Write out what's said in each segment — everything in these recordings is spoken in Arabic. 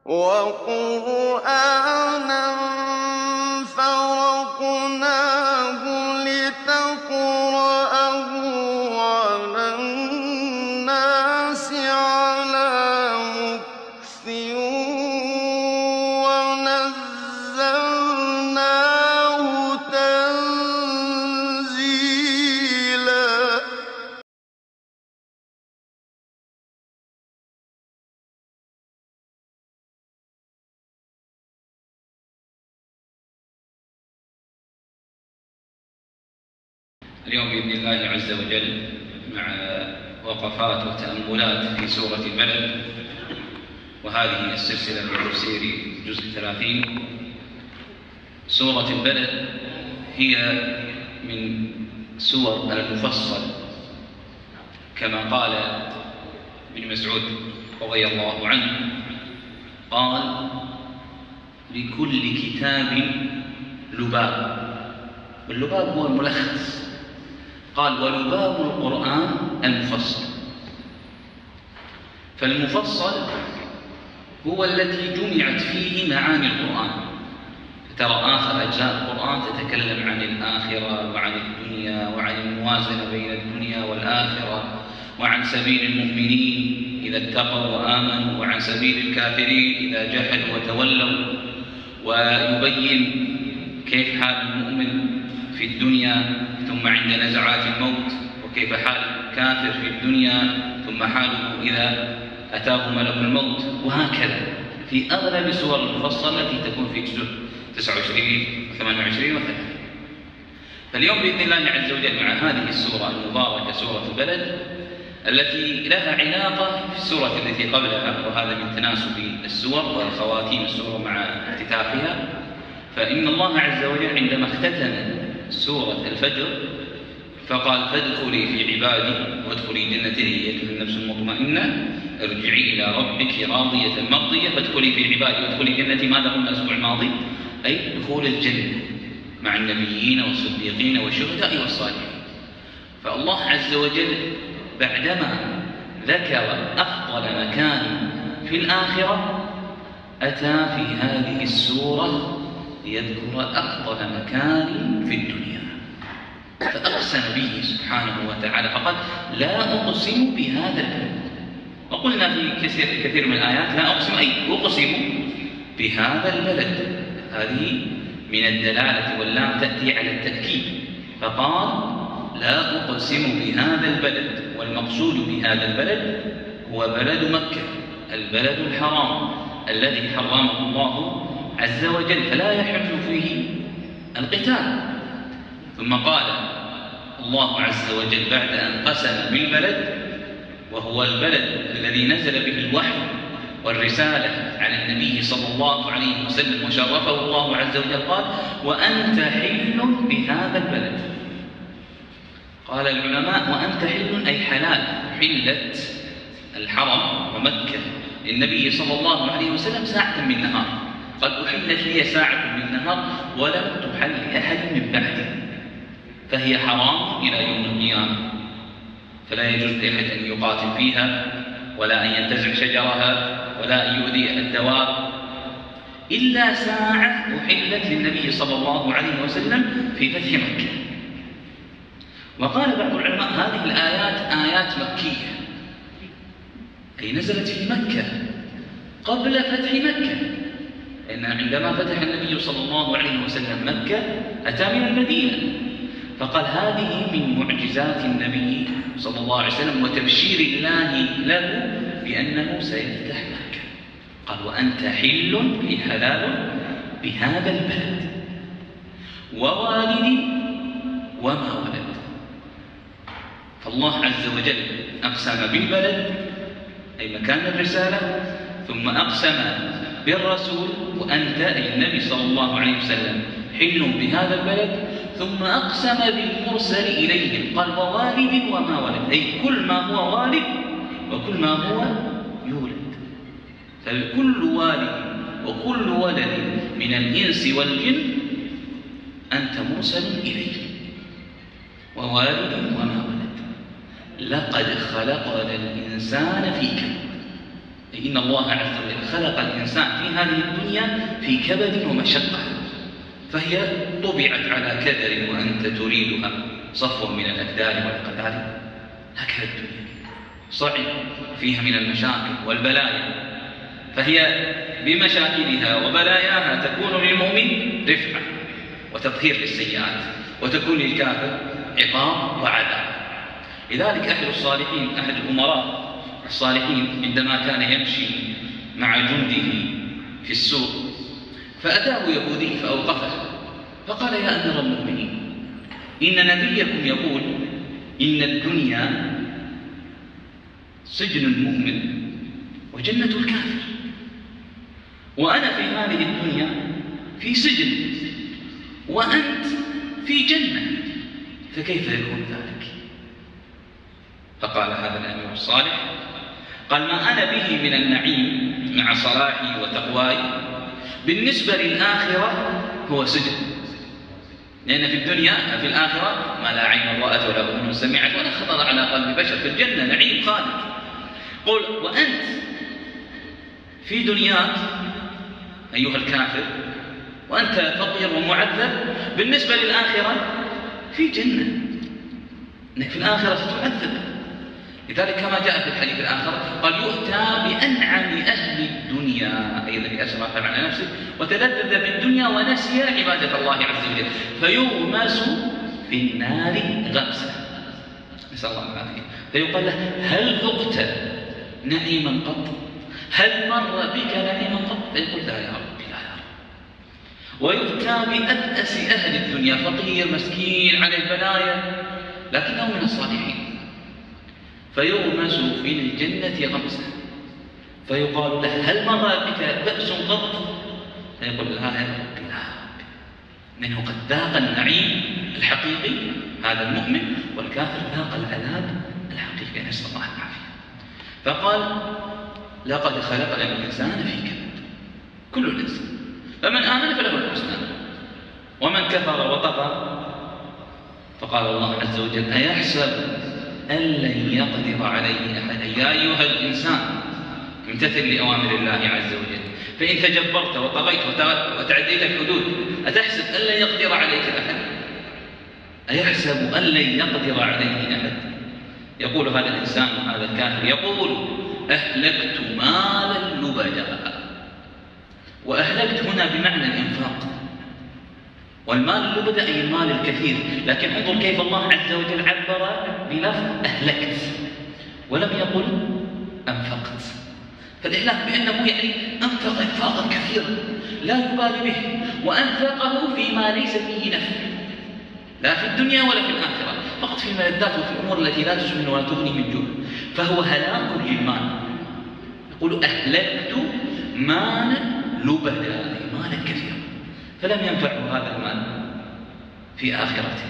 وَقُرْآنًا فَرَقْنَاهُ لِتَقْرَأَهُ عَلَى النَّاسِ عَلَىٰ مُكْثٍ وَنَزَّلْنَاهُ تَنزِيلًا. اليوم بإذن الله عز وجل مع وقفات وتأملات في سورة البلد، وهذه السلسلة من تفسير جزء 30. سورة البلد هي من سور المفصل، كما قال ابن مسعود رضي الله عنه، قال: لكل كتاب لباب، واللباب هو الملخص. قال: ولباب القرآن المفصل. فالمفصل هو التي جمعت فيه معاني القرآن. ترى آخر أجزاء القرآن تتكلم عن الآخرة وعن الدنيا وعن الموازنة بين الدنيا والآخرة، وعن سبيل المؤمنين إذا اتقوا وآمنوا، وعن سبيل الكافرين إذا جحدوا وتولوا، ويبين كيف حال المؤمن في الدنيا ثم عند نزعات الموت، وكيف حال الكافر في الدنيا ثم حاله إذا أتاه ملك الموت، وهكذا في أغلب سور المفصل التي تكون في جزء 29 و28 و30. فاليوم بإذن الله عز وجل مع هذه السورة المباركة، سورة البلد، التي لها علاقة في السورة التي قبلها، وهذا من تناسب السور وخواتيم السورة مع اختتافها. فإن الله عز وجل عندما اختتم سورة الفجر فقال: فادخلي في عبادي وادخلي جنتي أيتها النفس المطمئنة ارجعي إلى ربك راضية مرضية فادخلي في عبادي وادخلي جنتي. ماذا قلنا الأسبوع الماضي؟ أي دخول الجنة مع النبيين والصديقين والشهداء والصالحين. فالله عز وجل بعدما ذكر أفضل مكان في الآخرة أتى في هذه السورة ليذكر أفضل مكان في الدنيا، فأقسم به سبحانه وتعالى فقال: لا أقسم بهذا البلد. وقلنا في كثير من الآيات لا أقسم، أي أقسم بهذا البلد. هذه من الدلالة، واللام تأتي على التأكيد. فقال: لا أقسم بهذا البلد، والمقصود بهذا البلد هو بلد مكة، البلد الحرام الذي حرمه الله عز وجل، فلا يحل فيه القتال. ثم قال الله عز وجل بعد أن قسم بالبلد، وهو البلد الذي نزل به الوحي والرسالة على النبي صلى الله عليه وسلم وشرفه الله عز وجل، قال: وأنت حل بهذا البلد. قال العلماء: وأنت حل أي حلال، حلت الحرم ومكة للنبي صلى الله عليه وسلم ساعة من نهار. قد أحلت لي ساعة من النهار ولم تحل لأحد من بعدي، فهي حرام إلى يوم القيامة، فلا يجوز لأحد أن يقاتل فيها، ولا أن ينتزع شجرها، ولا أن يؤذي الدواب، إلا ساعة أحلت للنبي صلى الله عليه وسلم في فتح مكة. وقال بعض العلماء: هذه الآيات آيات مكية، أي نزلت في مكة قبل فتح مكة، لأن عندما فتح النبي صلى الله عليه وسلم مكة أتى من المدينة. فقال: هذه من معجزات النبي صلى الله عليه وسلم وتبشير الله له بأنه سيفتح مكة. قال: وأنت حل أي حلال بهذا البلد، ووالد وما ولد. فالله عز وجل أقسم بالبلد أي مكان الرسالة، ثم أقسم بالرسول، وأنت أي النبي صلى الله عليه وسلم حل بهذا البلد، ثم أقسم بالمرسل إليهم، قال: ووالد وما ولد، أي كل ما هو والد وكل ما هو يولد. فكل والد وكل ولد من الإنس والجن أنت مرسل إليه، ووالد وما ولد. لقد خلقنا الإنسان في كبد. أي إن الله عز وجل خلق الإنسان في هذه الدنيا في كبد ومشقة، فهي طبعت على كدر وأنت تريدها صفوا من الأكدار والأقدار. هكذا الدنيا صعب فيها من المشاكل والبلايا، فهي بمشاكلها وبلاياها تكون للمؤمن رفعة وتطهير للسيئات، وتكون للكافر عقاب وعذاب. لذلك أحد الصالحين، أحد الأمراء الصالحين، عندما كان يمشي مع جنده في السوق فأتاه يهودي فأوقفه فقال: يا أمير المؤمنين، إن نبيكم يقول إن الدنيا سجن المؤمن وجنة الكافر، وأنا في هذه الدنيا في سجن وأنت في جنة، فكيف يكون ذلك؟ فقال هذا الأمير الصالح، قال: ما أنا به من النعيم مع صلاحي وتقواي بالنسبة للآخرة هو سجن، لأن في الدنيا في الآخرة ما لا عين رأت ولا أذن سمعت ولا خطر على قلب بشر، في الجنة نعيم خالد. قل: وأنت في دنياك أيها الكافر وأنت فقير ومعذب، بالنسبة للآخرة في جنة، في الآخرة ستعذب. لذلك كما جاء في الحديث الآخر قال: يؤتى بأنعم أهل الدنيا، أي الذي أسرف على نفسه وتلذذ بالدنيا ونسي عبادة الله عز وجل، فيغمس في النار غمسة، نسأل الله العافية، فيقال له: هل ذقت نعيما قط؟ هل مر بك نعيما قط؟ فيقول: لا يا رب، لا يا رب. ويؤتى بأبأس أهل الدنيا، فقير مسكين عليه بلايا لكنه من الصالحين، فيغمس في الجنة غمسة، فيقال له: هل مر بك بأس قط؟ فيقول: لا يا رب، لا يا رب. منه قد ذاق النعيم الحقيقي هذا المؤمن، والكافر ذاق العذاب الحقيقي، نسأل الله العافية. فقال: لقد خلقنا الإنسان في كبد، كل الإنسان، فمن آمن فله الحسنى ومن كفر وطغى. فقال الله عز وجل: أيحسب أن لن يقدر عليه أحد؟ يا أيها الإنسان امتثل لأوامر الله عز وجل، فإن تجبرت وطغيت وتعديت الحدود أتحسب أن لن يقدر عليك أحد؟ أيحسب أن لن يقدر عليه أحد؟ يقول هذا الإنسان وهذا الكافر، يقول: أهلكت مالا لبدا. وأهلكت هنا بمعنى الإنفاق، والمال اللبدا أي المال الكثير، لكن انظر كيف الله عز وجل عبر بلفظ أهلكت ولم يقل أنفقت. فالإهلاك بأنه يعني أنفق إنفاقا كثيرا لا يبالي به، وأنفقه فيما ليس فيه نفع، لا في الدنيا ولا في الآخرة، فقط في الملذات وفي الأمور التي لا تسمن ولا تغني من جوع، فهو هلاك للمال. يقول: أهلكت مالا لبدا، أي مالا كثيرا، فلم ينفعه هذا المال في آخرته.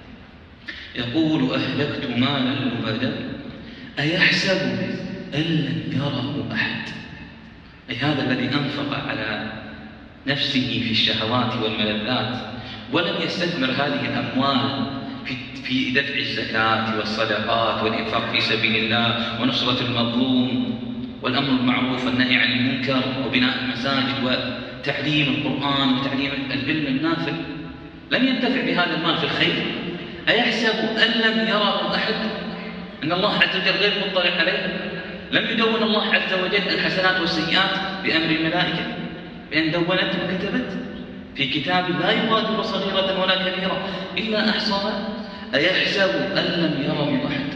يقول: أهلكت مالا لبدا أيحسب أن لم يره أحد؟ أي هذا الذي أنفق على نفسه في الشهوات والملذات ولم يستثمر هذه الأموال في دفع الزكاة والصدقات والإنفاق في سبيل الله ونصرة المظلوم والأمر بالمعروف والنهي عن المنكر وبناء المساجد وتعليم القرآن وتعليم العلم النافع، لم ينتفع بهذا المال في الخير. أيحسب أن لم يره أحد؟ أن الله عز وجل غير مطلع عليه؟ لم يدون الله عز وجل الحسنات والسيئات بأمر الملائكة بأن دونت وكتبت في كتاب لا يغادر صغيرة ولا كبيرة إلا أحصاها؟ أيحسب أن لم يره أحد؟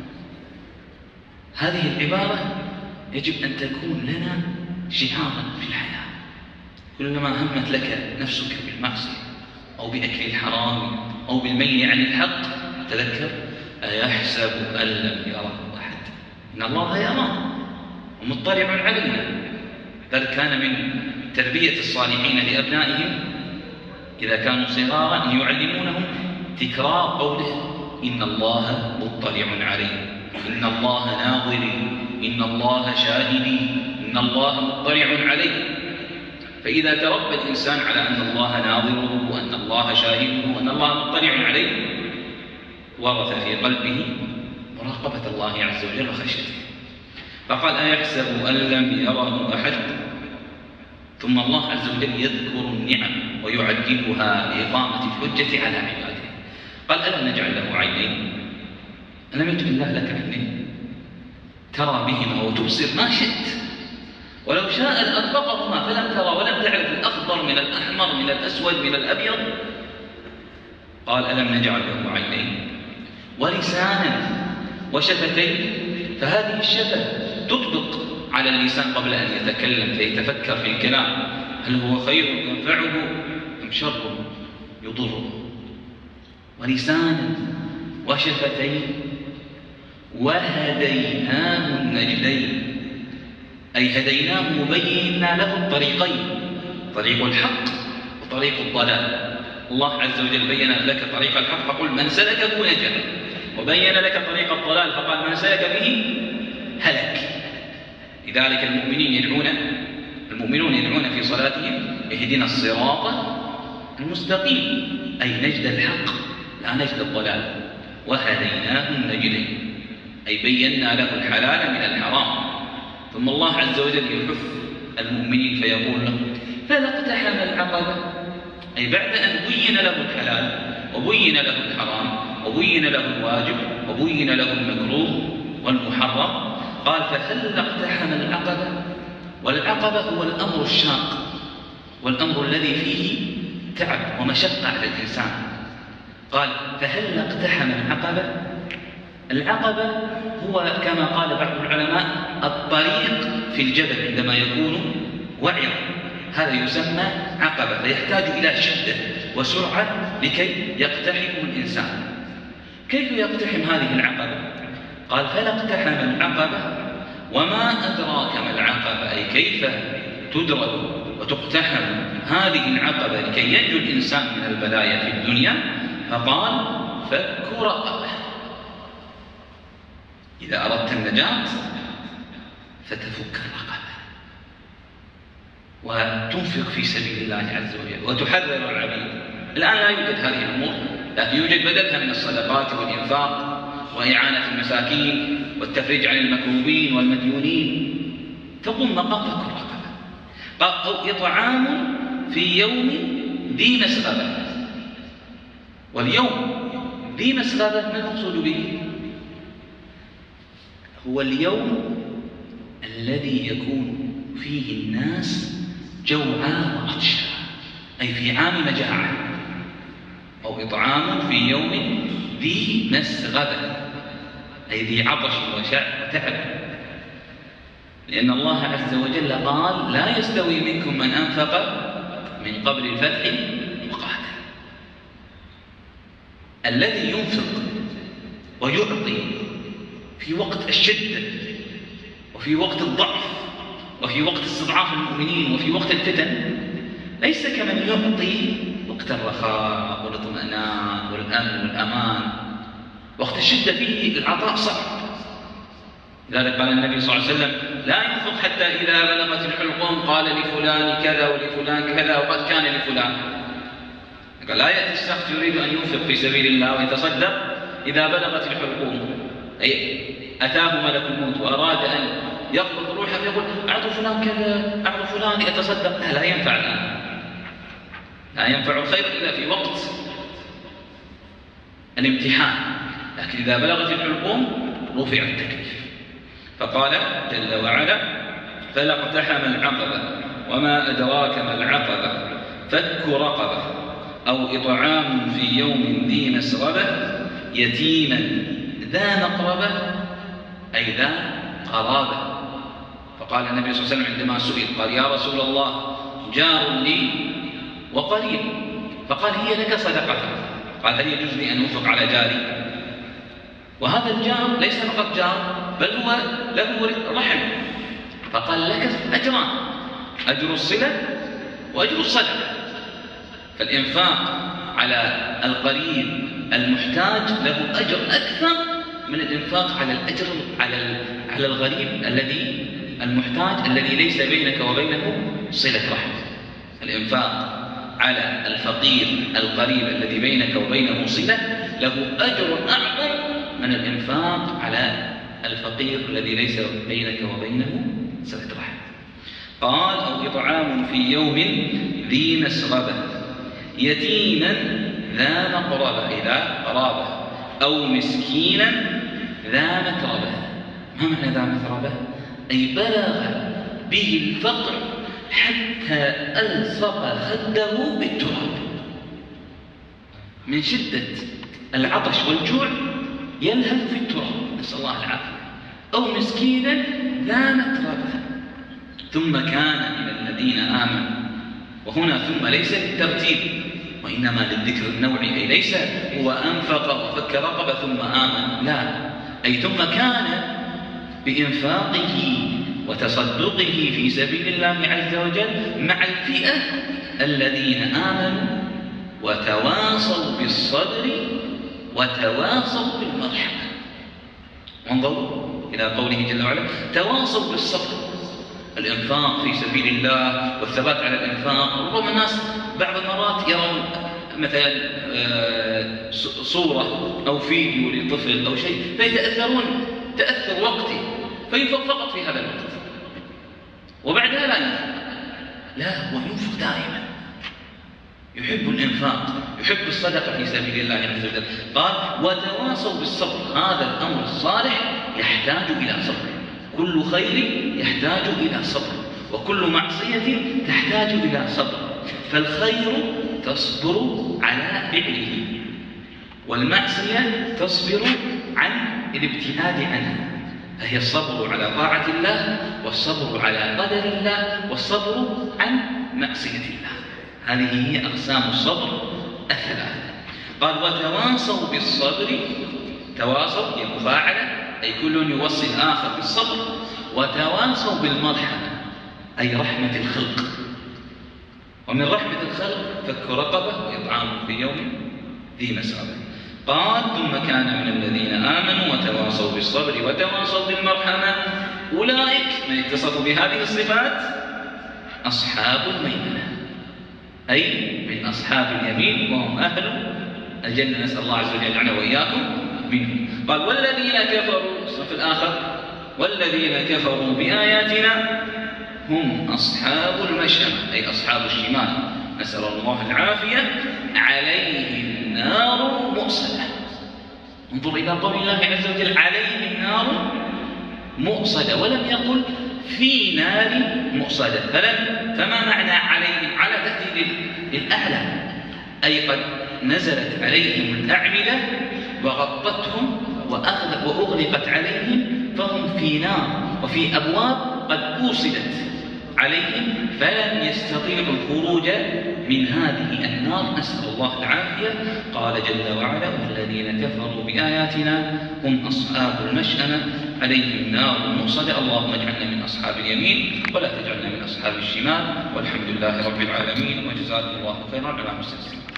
هذه العبارة يجب أن تكون لنا شعارا في الحياة. كلما همت لك نفسك بالمعصية أو بأكل الحرام أو بالميل عن الحق تذكر: أيحسب أن لم يره أحد؟ إن الله يرانا ومطلع علينا. ذلك كان من تربية الصالحين لأبنائهم إذا كانوا صغارا أن يعلمونهم تكرار قوله: إن الله مطلع عليه، إن الله ناظري، إن الله شاهدي، إن الله مطلع عليه. فإذا تربى الإنسان على أن الله ناظره وأن الله شاهده وأن الله مطلع عليه ورث في قلبه مراقبة الله عز وجل وخشيته. فقال أيحسب أن لم يره أحد؟ ثم الله عز وجل يذكر النعم ويعجلها لإقامة الحجة على عباده. قال ألم نجعل له عينين؟ ألم يجعل الله لك عينين ترى بهما وتبصر ما شئت، ولو شاء لأطبقهما فلم ترى ولم تعرف الأخضر من الأحمر من الأسود من الأبيض. قال ألم نجعل له عينين ولسانا وشفتين؟ فهذه الشفة تطبق على اللسان قبل أن يتكلم فيتفكر في الكلام، هل هو خير ينفعه أم شر يضره؟ ولسانا وشفتين وهديناه النجدين، أي هديناه وبينا له الطريقين، طريق الحق وطريق الضلال. الله عز وجل بين لك طريق الحق فقل من سلكه نجا، وبين لك طريق الضلال فقال من سلك به هلك. لذلك المؤمنون يدعون في صلاتهم اهدنا الصراط المستقيم، أي نجد الحق لا نجد الضلال. وهديناه النجدين، أي بينا له الحلال من الحرام. ثم الله عز وجل يحث المؤمنين فيقول لهم فلا اقتحم العقبة، أي بعد أن بين له الحلال وبين له الحرام وبين له الواجب وبين له المكروه والمحرم، قال فهل اقتحم العقبة. والعقبة هو الأمر الشاق والأمر الذي فيه تعب ومشقة على الإنسان. قال فهل اقتحم العقبة. العقبة هو كما قال بعض العلماء الطريق في الجبل عندما يكون وعرا، هذا يسمى عقبة، فيحتاج إلى شدة وسرعة لكي يقتحم الإنسان. كيف يقتحم هذه العقبة؟ قال فلا اقتحم العقبة وما أدراك ما العقبة، أي كيف تدرك وتقتحم هذه العقبة لكي ينجو الإنسان من البلايا في الدنيا. فقال فك رقبة، إذا أردت النجاة فتفك الرقبة وتنفق في سبيل الله عز وجل وتحرر العبيد. الآن لا يوجد هذه الأمور، لكن يوجد بدلها من الصدقات والإنفاق وإعانة المساكين والتفريج عن المكروبين والمديونين، تقوم مقام فك الرقبة. أو إطعام في يوم ذي مسغبة. واليوم ذي مسغبة ما المقصود به؟ هو اليوم الذي يكون فيه الناس جوعى وعطشى، أي في عام مجاعة. أو إطعام في يوم ذي مسغبة، أي ذي عطش وتعب. لأن الله عز وجل قال لا يستوي منكم من أنفق من قبل الفتح وقاتل. الذي ينفق ويعطي في وقت الشدة وفي وقت الضعف وفي وقت استضعاف المؤمنين وفي وقت الفتن ليس كمن يعطي وقت الرخاء والاطمئنان والأمن والأمان. وقت الشدة فيه العطاء صعب. لذلك قال النبي صلى الله عليه وسلم لا ينفق حتى إذا بلغت الحلقوم قال لفلان كذا ولفلان كذا وقد كان لفلان. قال لا يأتي الشخص يريد أن ينفق في سبيل الله ويتصدق إذا بلغت الحلقوم، أي أتاه ملك الموت وأراد أن يقبض روحه فيقول أعطوا فلان كذا أعطوا فلان يتصدق. لا ينفع الآن، لا ينفع الخير إلا في وقت الامتحان، لكن إذا بلغت الحلقوم رفع التكليف. فقال جل وعلا فلا اقتحم العقبة وما أدراك ما العقبة فك رقبة أو إطعام في يوم ذي مسغبة يتيما ذا مقربة، أي ذا قرابة. فقال النبي صلى الله عليه وسلم عندما سئل قال يا رسول الله جار لي وقريب، فقال هي لك صدقة. قال هل يجوز لي أن أنفق على جاري؟ وهذا الجار ليس فقط جار بل هو له رحم، فقال لك أجران، أجر الصلة وأجر الصدقة. فالإنفاق على القريب المحتاج له أجر أكثر من الإنفاق على الأجر على الغريب الذي المحتاج الذي ليس بينك وبينه صلة رحم. الإنفاق على الفقير القريب الذي بينك وبينه صلة له أجر أعظم من الإنفاق على الفقير الذي ليس بينك وبينه صلة رحم. قال أو إطعام في يوم ذي مسغبة يتيما ذا مقربة إذا قرابة أو مسكينا ذا متربة. ما معنى ذا متربة؟ أي بلغ به الفقر حتى ألصق خده بالتراب من شدة العطش والجوع، يلهث في التراب، نسأل الله العافية. أو مسكينا ذا متربة. ثم كان من الذين آمنوا، وهنا ثم ليس للترتيب وإنما للذكر النوعي، أي ليس هو أنفق وفك رقبة ثم آمن، لا، أي ثم كان بإنفاقه وتصدقه في سبيل الله عز وجل مع الفئة الذين آمنوا وتواصوا بالصبر وتواصوا بالمرحمة. وانظروا إلى قوله جل وعلا تواصوا بالصبر، الإنفاق في سبيل الله والثبات على الإنفاق. ربما الناس بعض المرات يرون مثلا صورة أو فيديو لطفل أو شيء فيتأثرون تأثر وقتي فينفق فقط في هذا الوقت وبعدها لا ينفق. لا، هو ينفق دائما، يحب الإنفاق، يحب الصدقة في سبيل الله عز وجل. قال وتواصوا بالصبر. هذا الأمر الصالح يحتاج إلى صبر، كل خير يحتاج إلى صبر، وكل معصية تحتاج إلى صبر. فالخير تصبر على فعله، والمعصية تصبر عن الابتعاد عنها. فهي الصبر على طاعة الله، والصبر على قدر الله، والصبر عن معصية الله. هذه هي أقسام الصبر الثلاثة. قال وتواصوا بالصبر. تواصوا هي مفاعلة، أي كل يوصي الآخر بالصبر. وتواصوا بالمرحمة أي رحمة الخلق. ومن رحمة الخلق فك رقبة وإطعام في يوم ذي مسغبة. قال ثم كان من الذين آمنوا وتواصوا بالصبر وتواصوا بالمرحمة أولئك من اتصفوا بهذه الصفات أصحاب الميمنة، أي من أصحاب اليمين، وهم أهل الجنة، نسأل الله عز وجل يجعلنا وإياكم منهم. قال والذين كفروا، الصف الآخر، والذين كفروا بآياتنا هم أصحاب المشأمة أي أصحاب الشمال، نسأل الله العافية، عليهم نار مؤصدة. انظر إلى قول الله عز وجل عليهم نار مؤصدة، ولم يقل في نار مؤصدة. فما معنى عليهم؟ على تهديد الأعلى، أي قد نزلت عليهم الأعمدة وغطتهم وأغلقت عليهم، فهم في نار وفي أبواب قد أوصدت عليهم، فلن يستطيعوا الخروج من هذه النار، نسأل الله العافية. قال جل وعلا والذين كفروا بآياتنا هم أصحاب المشأمة عليهم نار مؤصدة. اللهم اجعلنا من أصحاب اليمين ولا تجعلنا من أصحاب الشمال، والحمد لله رب العالمين، وجزاكم الله خيرا على حسن الاستماع.